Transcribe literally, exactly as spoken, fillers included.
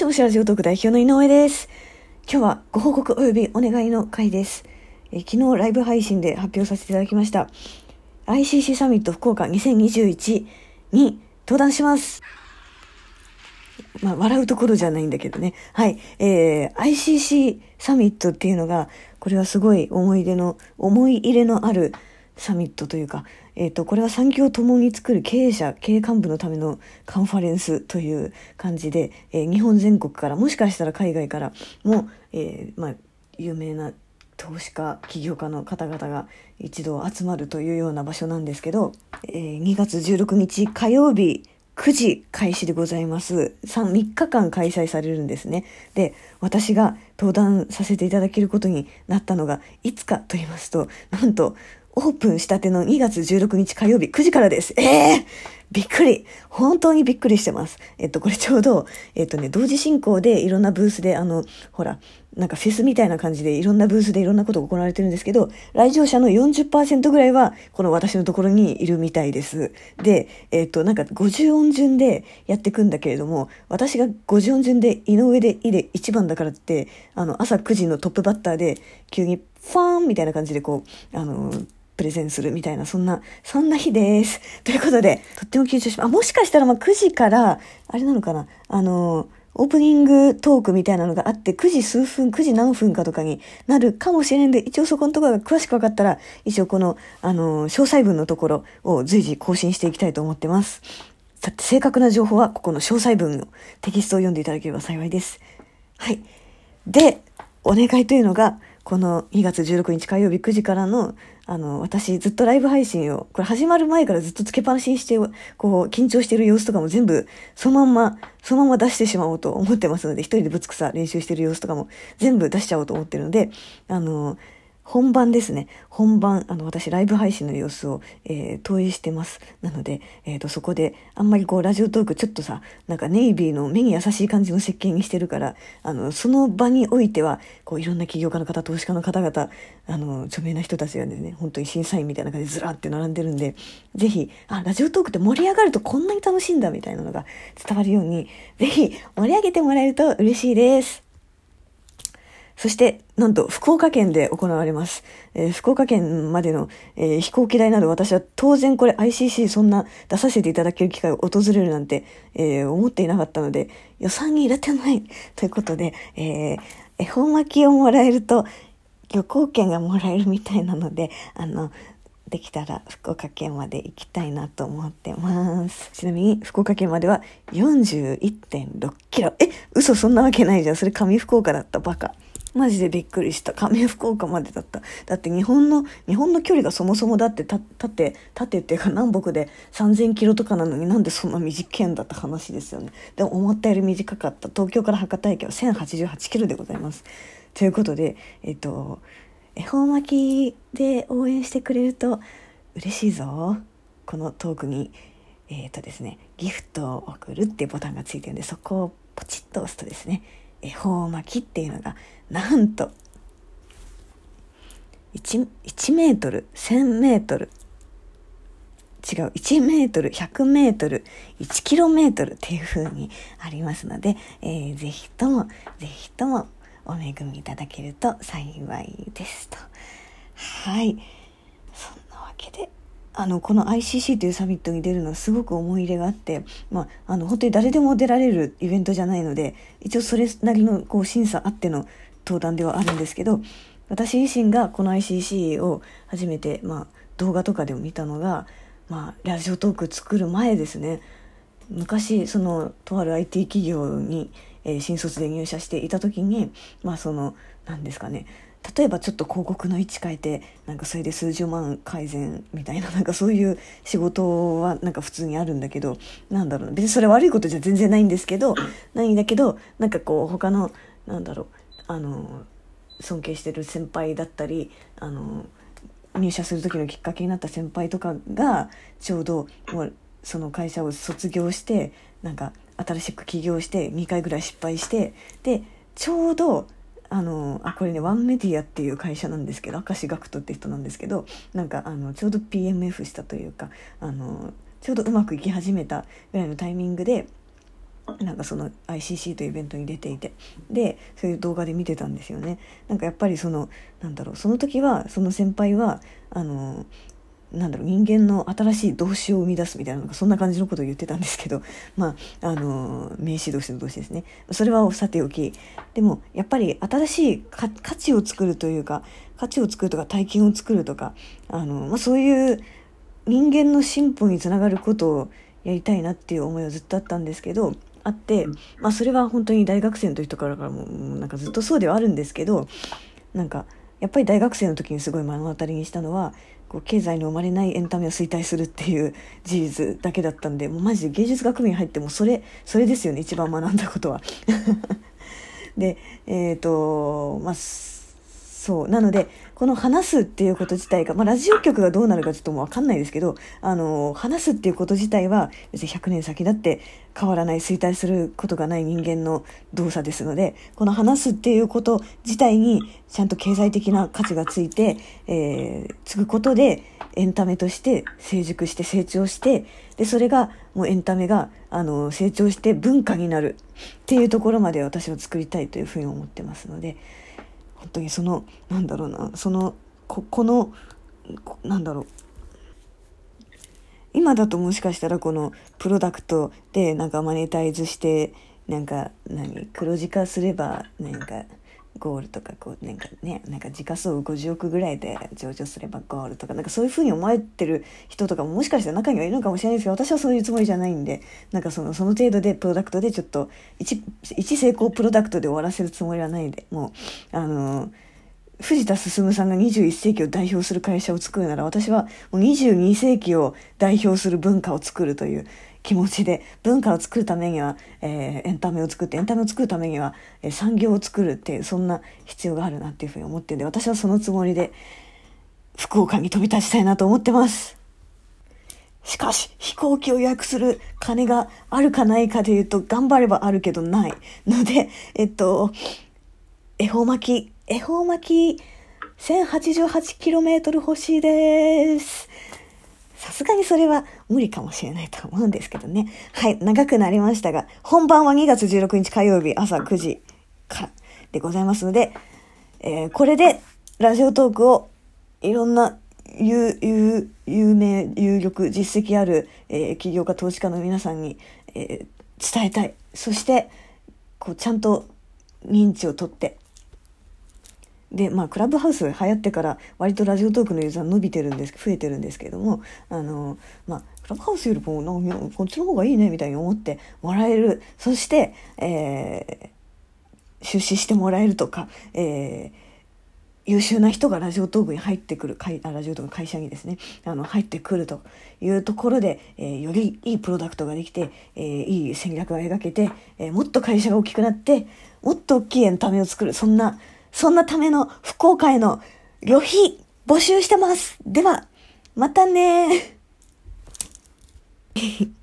しもしラジオトーク代表の井上です。今日はご報告およびお願いの回です。え昨日ライブ配信で発表させていただきました アイシーシー サミット福岡にせんにじゅういちに登壇します。まあ笑うところじゃないんだけどね。はい、えー、アイシーシー サミットっていうのがこれはすごい思い出の思い入れのあるサミットというか、えーと、これは産業ともに作る経営者、経営幹部のためのカンファレンスという感じで、えー、日本全国から、もしかしたら海外からも、えーまあ、有名な投資家、起業家の方々が一度集まるというような場所なんですけど、えー、にがつじゅうろくにち火曜日くじ開始でございます。みっかかん開催されるんですね。で、私が登壇させていただけることになったのがいつかと言いますと、なんとオープンしたてのにがつじゅうろくにち火曜日くじからです。えーびっくり本当にびっくりしてます。えっと、これちょうど、えっとね、同時進行でいろんなブースで、あの、ほら、なんかフェスみたいな感じでいろんなブースでいろんなことが行われてるんですけど、来場者の よんじゅっパーセント ぐらいはこの私のところにいるみたいです。で、えっと、なんかごじゅう音順でやっていくんだけれども、私がごじゅう音順で井上でいでいちばんだからって、あの、朝くじのトップバッターで急にファーンみたいな感じでこう、あの、プレゼンするみたいな、そんな、そんな日です。ということで、とっても緊張します。あ、もしかしたらまあくじから、あれなのかな、あの、オープニングトークみたいなのがあって、くじ数分、くじ何分かとかになるかもしれないんで、一応そこのところが詳しく分かったら、一応この、あの、詳細文のところを随時更新していきたいと思ってます。さて、正確な情報は、ここの詳細文のテキストを読んでいただければ幸いです。はい。で、お願いというのが、このにがつじゅうろくにち火曜日くじからの、あの、私ずっとライブ配信を、これ始まる前からずっとつけっぱなしにして、こう、緊張している様子とかも全部、そのまんま、そのまま出してしまおうと思ってますので、一人でぶつくさ練習している様子とかも全部出しちゃおうと思ってるので、あの、本番ですね。本番、あの、私、ライブ配信の様子を、えー、投影してます。なので、えっと、そこで、あんまりこう、ラジオトーク、ちょっとさ、なんかネイビーの目に優しい感じの設計にしてるから、あの、その場においては、こう、いろんな起業家の方、投資家の方々、あの、著名な人たちがですね、本当に審査員みたいな感じでずらーって並んでるんで、ぜひ、あ、ラジオトークって盛り上がるとこんなに楽しいんだ、みたいなのが伝わるように、ぜひ、盛り上げてもらえると嬉しいです。そして、なんと、福岡県で行われます。えー、福岡県までの、えー、飛行機代など、私は当然これ アイシーシー そんな出させていただける機会を訪れるなんて、えー、思っていなかったので、予算に入れてないということで、えー、恵方巻きをもらえると、旅行券がもらえるみたいなので、あの、できたら福岡県まで行きたいなと思ってます。ちなみに福岡県までは よんじゅういってんろくキロ。え、嘘、そんなわけないじゃん。それ上福岡だった、バカ。マジでびっくりした。上福岡までだった。だって日本の、日本の距離がそもそもだってた、縦、縦っていうか南北でさんぜんキロとかなのになんでそんな短いんだって話ですよね。でも思ったより短かった。東京から博多駅はせんはちじゅうはちキロでございます。ということで、えっと、恵方巻きで応援してくれると嬉しいぞ。このトークに、えっとですね、ギフトを送るっていうボタンがついてるんで、そこをポチッと押すとですね、恵方巻きっていうのがなんと 1, 1メートルせんメートル違ういちメートルひゃくメートルいちキロメートルっていう風にありますので、えー、ぜひともぜひともお恵みいただけると幸いですと。はい、そんなわけであのこの アイシーシー というサミットに出るのはすごく思い入れがあって、まあ、あの本当に誰でも出られるイベントじゃないので、一応それなりのこう審査あっての登壇ではあるんですけど、私自身がこの アイシーシー を初めて、まあ、動画とかでも見たのが、まあ、ラジオトーク作る前ですね。昔そのとある アイティー 企業に、えー、新卒で入社していた時に、まあその何ですかね、例えばちょっと広告の位置変えてなんかそれで数十万改善みたいな、なんかそういう仕事はなんか普通にあるんだけど、なんだろう、別にそれ悪いことじゃ全然ないんですけどないんだけどなんかこう他のなんだろう、あの尊敬してる先輩だったり、あの入社する時のきっかけになった先輩とかがちょうどもうその会社を卒業してなんか新しく起業してにかいぐらい失敗して、でちょうどあのあこれねワンメディアっていう会社なんですけど、明石学人って人なんですけど、なんかあのちょうど ピーエムエフ したというか、あのちょうどうまくいき始めたぐらいのタイミングでなんかその アイシーシー というイベントに出ていて、でそういう動画で見てたんですよね。なんかやっぱりそのなんだろう、その時はその先輩はあのなんだろう、人間の新しい動詞を生み出すみたいな、なんかそんな感じのことを言ってたんですけど、まああの名詞動詞の動詞ですね。それはさておき、でもやっぱり新しい価値を作るというか、価値を作るとか体験を作るとか、あの、まあ、そういう人間の進歩につながることをやりたいなっていう思いはずっとあったんですけど、あって、まあ、それは本当に大学生の時とかからもなんかずっとそうではあるんですけど、なんかやっぱり大学生の時にすごい目の当たりにしたのは、こう経済の生まれないエンタメを衰退するっていう事実だけだったんで、もうマジで芸術学部に入ってもそれそれですよね、一番学んだことは。でえっ、ー、とまあそうなので、この話すっていうこと自体が、まあ、ラジオ局がどうなるかちょっともう分かんないですけど、あの話すっていうこと自体は別にひゃくねん先だって変わらない、衰退することがない人間の動作ですので、この話すっていうこと自体にちゃんと経済的な価値がついて、えー、つくことでエンタメとして成熟して成長して、でそれがもうエンタメがあの成長して文化になるっていうところまで私は作りたいというふうに思ってますので、本当にそのなんだろうな、そのここのなんだろう、今だともしかしたらこのプロダクトでなんかマネタイズして、なんか何黒字化すればなんかゴールとか、こうなんかね、なんか時価総ごじゅうおくぐらいで上場すればゴールとか、なんかそういう風に思われてる人とかももしかしたら中にはいるのかもしれないですけど、私はそういうつもりじゃないんで、なんかそのその程度でプロダクトでちょっと一一成功プロダクトで終わらせるつもりはないんで、もうあの藤田進さんがにじゅういっ世紀を代表する会社を作るなら、私はもうにじゅうに世紀を代表する文化を作るという気持ちで、文化を作るためには、えー、エンタメを作って、エンタメを作るためには、えー、産業を作るっていう、そんな必要があるなっていうふうに思ってるんで、私はそのつもりで福岡に飛び立ちたいなと思ってます。しかし飛行機を予約する金があるかないかでいうと、頑張ればあるけどないので、えっと恵方巻き恵方巻き せんはちじゅうはちキロメートル 欲しいです。さすがにそれは無理かもしれないと思うんですけどね。はい、長くなりましたが、本番はにがつじゅうろくにち火曜日朝くじからでございますので、えー、これでラジオトークをいろんな有, 有, 有名有力実績ある、えー、起業家投資家の皆さんに、えー、伝えたい。そしてこうちゃんと認知を取って、でまあクラブハウス流行ってから割とラジオトークのユーザー伸びてるんです増えてるんですけれども、あのまあクラブハウスよりもなんかこっちの方がいいねみたいに思ってもらえる、そして、えー、出資してもらえるとか、えー優秀な人がラジオトークに入ってくる、ラジオトーク会社にですね、あの入ってくるというところで、えー、よりいいプロダクトができて、えー、いい戦略が描けて、えー、もっと会社が大きくなって、もっと大きいエンタメを作る、そんなそんなための福岡への旅費募集してます。ではまたね